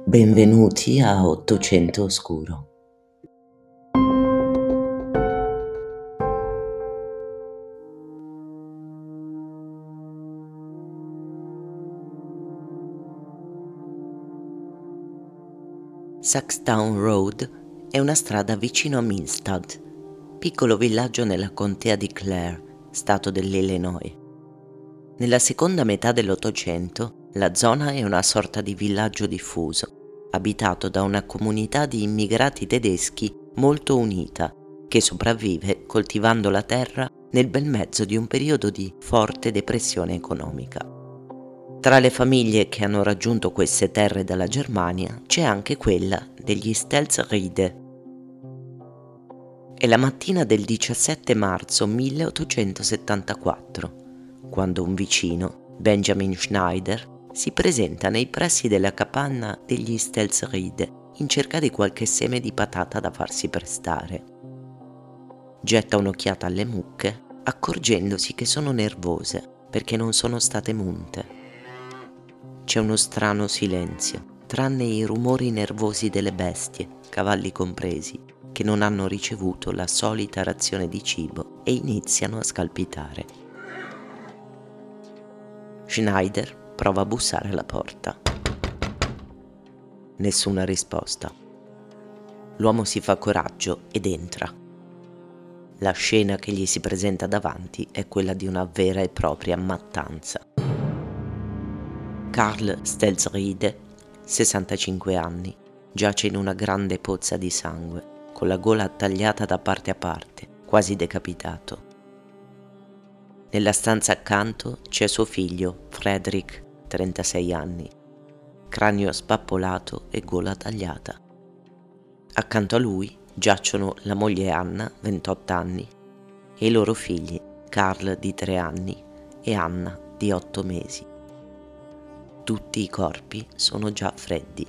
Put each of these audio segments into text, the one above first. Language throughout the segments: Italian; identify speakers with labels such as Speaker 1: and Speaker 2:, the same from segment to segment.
Speaker 1: Benvenuti a 800 Oscuro. Saxtown Road è una strada vicino a Milstad, piccolo villaggio nella contea di Clare, stato dell'Illinois. Nella seconda metà dell'Ottocento la zona è una sorta di villaggio diffuso, abitato da una comunità di immigrati tedeschi molto unita, che sopravvive coltivando la terra nel bel mezzo di un periodo di forte depressione economica. Tra le famiglie che hanno raggiunto queste terre dalla Germania c'è anche quella degli Stelzriede. È la mattina del 17 marzo 1874, quando un vicino, Benjamin Schneider, si presenta nei pressi della capanna degli Stelzriede in cerca di qualche seme di patata da farsi prestare. Getta un'occhiata alle mucche, accorgendosi che sono nervose perché non sono state munte. C'è uno strano silenzio, tranne i rumori nervosi delle bestie, cavalli compresi, che non hanno ricevuto la solita razione di cibo e iniziano a scalpitare. Schneider prova a bussare alla porta. Nessuna risposta. L'uomo si fa coraggio ed entra. La scena che gli si presenta davanti è quella di una vera e propria mattanza. Karl Stelzriede, 65 anni, giace in una grande pozza di sangue, con la gola tagliata da parte a parte, quasi decapitato. Nella stanza accanto c'è suo figlio, Frederick, 36 anni, cranio spappolato e gola tagliata. Accanto a lui giacciono la moglie Anna, 28 anni, e i loro figli, Karl di 3 anni e Anna di 8 mesi. Tutti i corpi sono già freddi.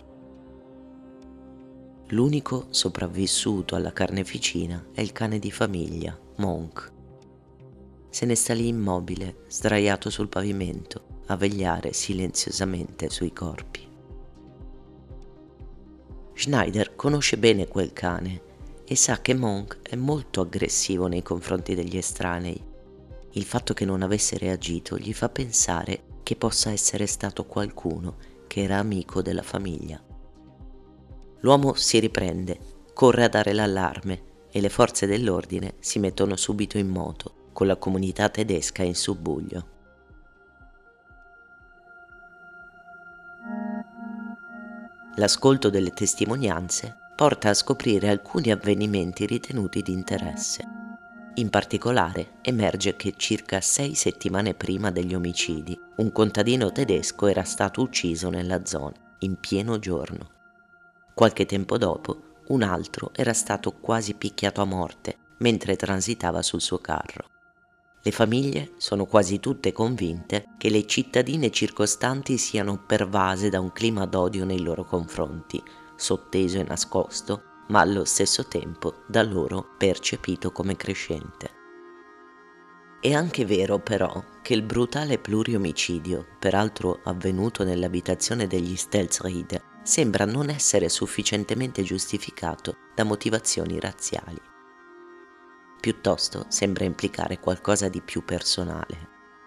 Speaker 1: L'unico sopravvissuto alla carneficina è il cane di famiglia, Monk. Se ne sta lì immobile, sdraiato sul pavimento, a vegliare silenziosamente sui corpi. Schneider conosce bene quel cane e sa che Monk è molto aggressivo nei confronti degli estranei. Il fatto che non avesse reagito gli fa pensare che possa essere stato qualcuno che era amico della famiglia. L'uomo si riprende, corre a dare l'allarme e le forze dell'ordine si mettono subito in moto, con la comunità tedesca in subbuglio. L'ascolto delle testimonianze porta a scoprire alcuni avvenimenti ritenuti di interesse. In particolare emerge che circa 6 settimane prima degli omicidi un contadino tedesco era stato ucciso nella zona, in pieno giorno. Qualche tempo dopo un altro era stato quasi picchiato a morte mentre transitava sul suo carro. Le famiglie sono quasi tutte convinte che le cittadine circostanti siano pervase da un clima d'odio nei loro confronti, sotteso e nascosto, ma allo stesso tempo da loro percepito come crescente. È anche vero però che il brutale pluriomicidio, peraltro avvenuto nell'abitazione degli Stelzriede, sembra non essere sufficientemente giustificato da motivazioni razziali. Piuttosto sembra implicare qualcosa di più personale.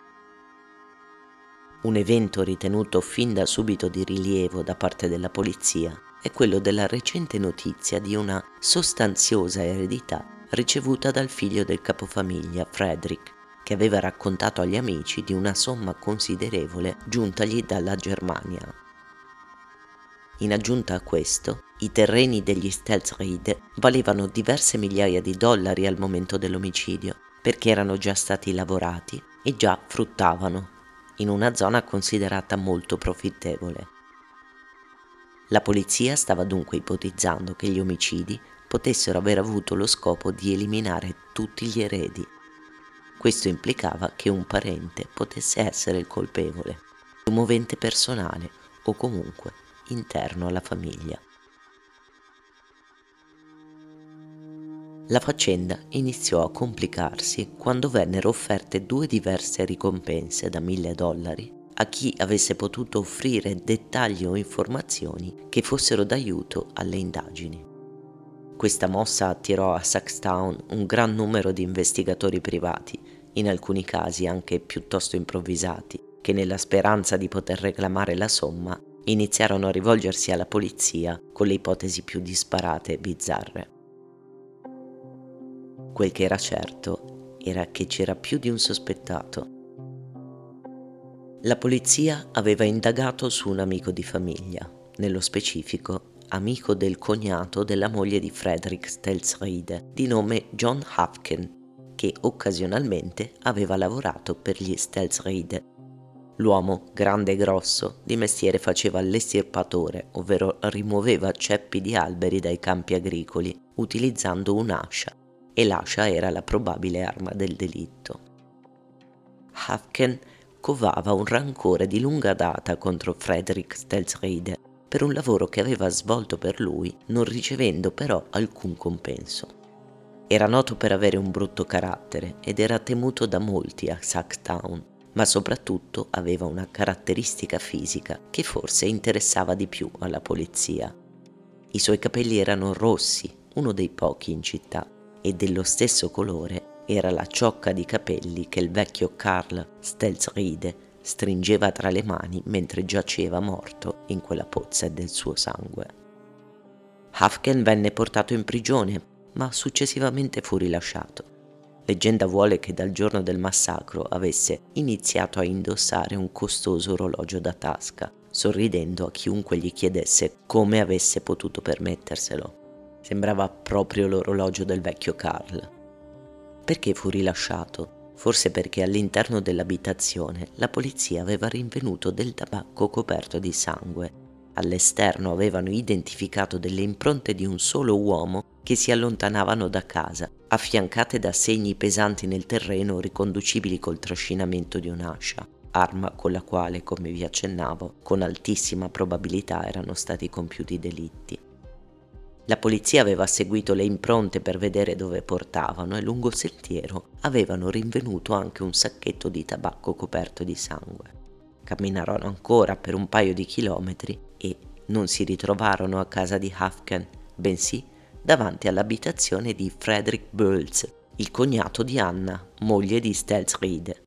Speaker 1: Un evento ritenuto fin da subito di rilievo da parte della polizia è quello della recente notizia di una sostanziosa eredità ricevuta dal figlio del capofamiglia, Frederick, che aveva raccontato agli amici di una somma considerevole giuntagli dalla Germania. In aggiunta a questo, i terreni degli Stelzriede valevano diverse migliaia di dollari al momento dell'omicidio, perché erano già stati lavorati e già fruttavano, in una zona considerata molto profittevole. La polizia stava dunque ipotizzando che gli omicidi potessero aver avuto lo scopo di eliminare tutti gli eredi. Questo implicava che un parente potesse essere il colpevole, un movente personale o comunque interno alla famiglia. La faccenda iniziò a complicarsi quando vennero offerte 2 diverse ricompense da $1.000 a chi avesse potuto offrire dettagli o informazioni che fossero d'aiuto alle indagini. Questa mossa attirò a Saxtown un gran numero di investigatori privati, in alcuni casi anche piuttosto improvvisati, che nella speranza di poter reclamare la somma iniziarono a rivolgersi alla polizia con le ipotesi più disparate e bizzarre. Quel che era certo era che c'era più di un sospettato. La polizia aveva indagato su un amico di famiglia, nello specifico amico del cognato della moglie di Frederick Stelzriede, di nome John Hafken, che occasionalmente aveva lavorato per gli Stelzriede. L'uomo, grande e grosso, di mestiere faceva l'estirpatore, ovvero rimuoveva ceppi di alberi dai campi agricoli utilizzando un'ascia, e l'ascia era la probabile arma del delitto. Hafken covava un rancore di lunga data contro Frederick Stelzriede per un lavoro che aveva svolto per lui, non ricevendo però alcun compenso. Era noto per avere un brutto carattere ed era temuto da molti a Saxtown, ma soprattutto aveva una caratteristica fisica che forse interessava di più alla polizia. I suoi capelli erano rossi, uno dei pochi in città, e dello stesso colore era la ciocca di capelli che il vecchio Karl Stelzriede stringeva tra le mani mentre giaceva morto in quella pozza del suo sangue. Hafken venne portato in prigione, ma successivamente fu rilasciato. Leggenda vuole che dal giorno del massacro avesse iniziato a indossare un costoso orologio da tasca, sorridendo a chiunque gli chiedesse come avesse potuto permetterselo. Sembrava proprio l'orologio del vecchio Karl. Perché fu rilasciato? Forse perché all'interno dell'abitazione la polizia aveva rinvenuto del tabacco coperto di sangue. All'esterno avevano identificato delle impronte di un solo uomo che si allontanavano da casa, affiancate da segni pesanti nel terreno riconducibili col trascinamento di un'ascia, arma con la quale, come vi accennavo, con altissima probabilità erano stati compiuti i delitti. La polizia aveva seguito le impronte per vedere dove portavano e lungo il sentiero avevano rinvenuto anche un sacchetto di tabacco coperto di sangue. Camminarono ancora per un paio di chilometri e non si ritrovarono a casa di Hafken, bensì davanti all'abitazione di Frederick Bölz, il cognato di Anna, moglie di Stelzriede.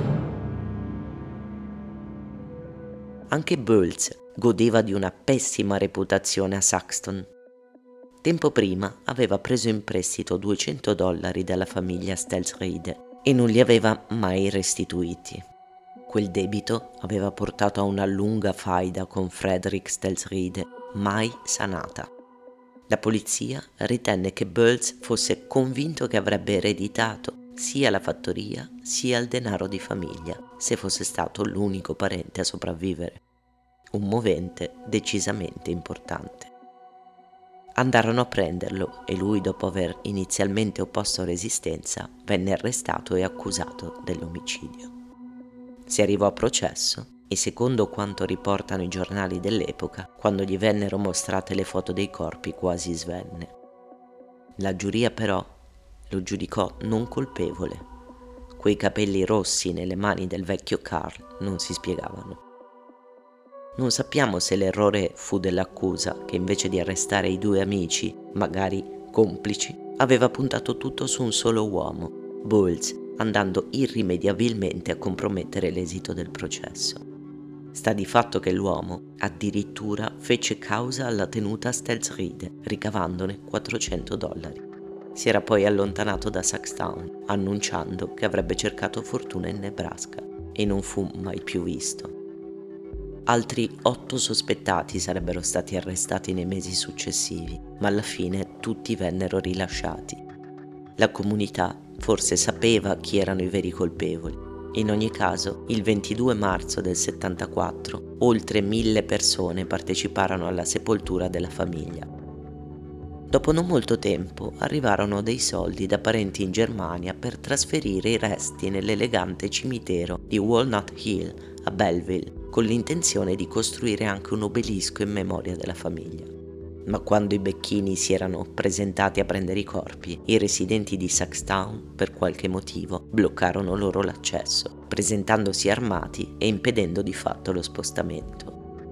Speaker 1: Anche Bölz godeva di una pessima reputazione a Saxton. Tempo prima aveva preso in prestito $200 dalla famiglia Stelzriede e non li aveva mai restituiti. Quel debito aveva portato a una lunga faida con Frederick Stelzriede, mai sanata. La polizia ritenne che Bölz fosse convinto che avrebbe ereditato sia la fattoria sia il denaro di famiglia, se fosse stato l'unico parente a sopravvivere. Un movente decisamente importante. Andarono a prenderlo e lui, dopo aver inizialmente opposto resistenza, venne arrestato e accusato dell'omicidio. Si arrivò a processo e, secondo quanto riportano i giornali dell'epoca, quando gli vennero mostrate le foto dei corpi quasi svenne. La giuria però lo giudicò non colpevole. Quei capelli rossi nelle mani del vecchio Karl non si spiegavano. Non sappiamo se l'errore fu dell'accusa, che invece di arrestare i due amici, magari complici, aveva puntato tutto su un solo uomo, Bölz, andando irrimediabilmente a compromettere l'esito del processo. Sta di fatto che l'uomo addirittura fece causa alla tenuta Stelzriede, ricavandone $400. Si era poi allontanato da Saxtown, annunciando che avrebbe cercato fortuna in Nebraska, e non fu mai più visto. Altri 8 sospettati sarebbero stati arrestati nei mesi successivi, ma alla fine tutti vennero rilasciati. La comunità forse sapeva chi erano i veri colpevoli. In ogni caso, il 22 marzo del 74, oltre 1000 persone parteciparono alla sepoltura della famiglia. Dopo non molto tempo arrivarono dei soldi da parenti in Germania per trasferire i resti nell'elegante cimitero di Walnut Hill a Belleville, con l'intenzione di costruire anche un obelisco in memoria della famiglia. ma quando i becchini si erano presentati a prendere i corpi, i residenti di Saxtown, per qualche motivo, bloccarono loro l'accesso, presentandosi armati e impedendo di fatto lo spostamento.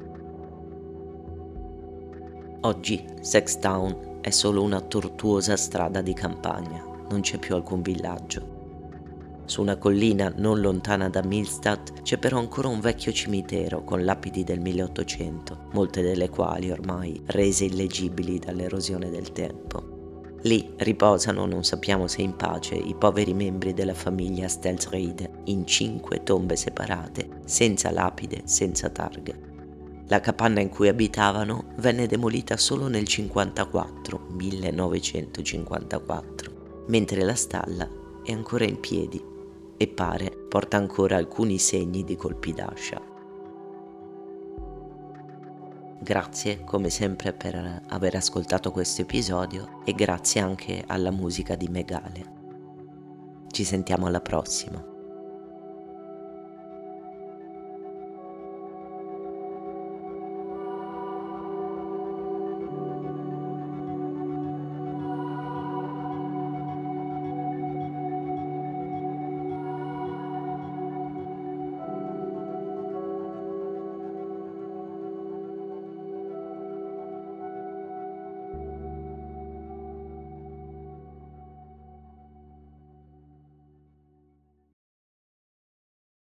Speaker 1: Oggi Saxtown è solo una tortuosa strada di campagna, non c'è più alcun villaggio. Su una collina non lontana da Millstadt c'è però ancora un vecchio cimitero con lapidi del 1800, molte delle quali ormai rese illegibili dall'erosione del tempo. Lì riposano, non sappiamo se in pace, i poveri membri della famiglia Stelzriede, in 5 tombe separate, senza lapide, senza targhe. La capanna in cui abitavano venne demolita solo nel 1954, mentre la stalla è ancora in piedi e pare porta ancora alcuni segni di colpi d'ascia. Grazie come sempre per aver ascoltato questo episodio e grazie anche alla musica di Megale. Ci sentiamo alla prossima.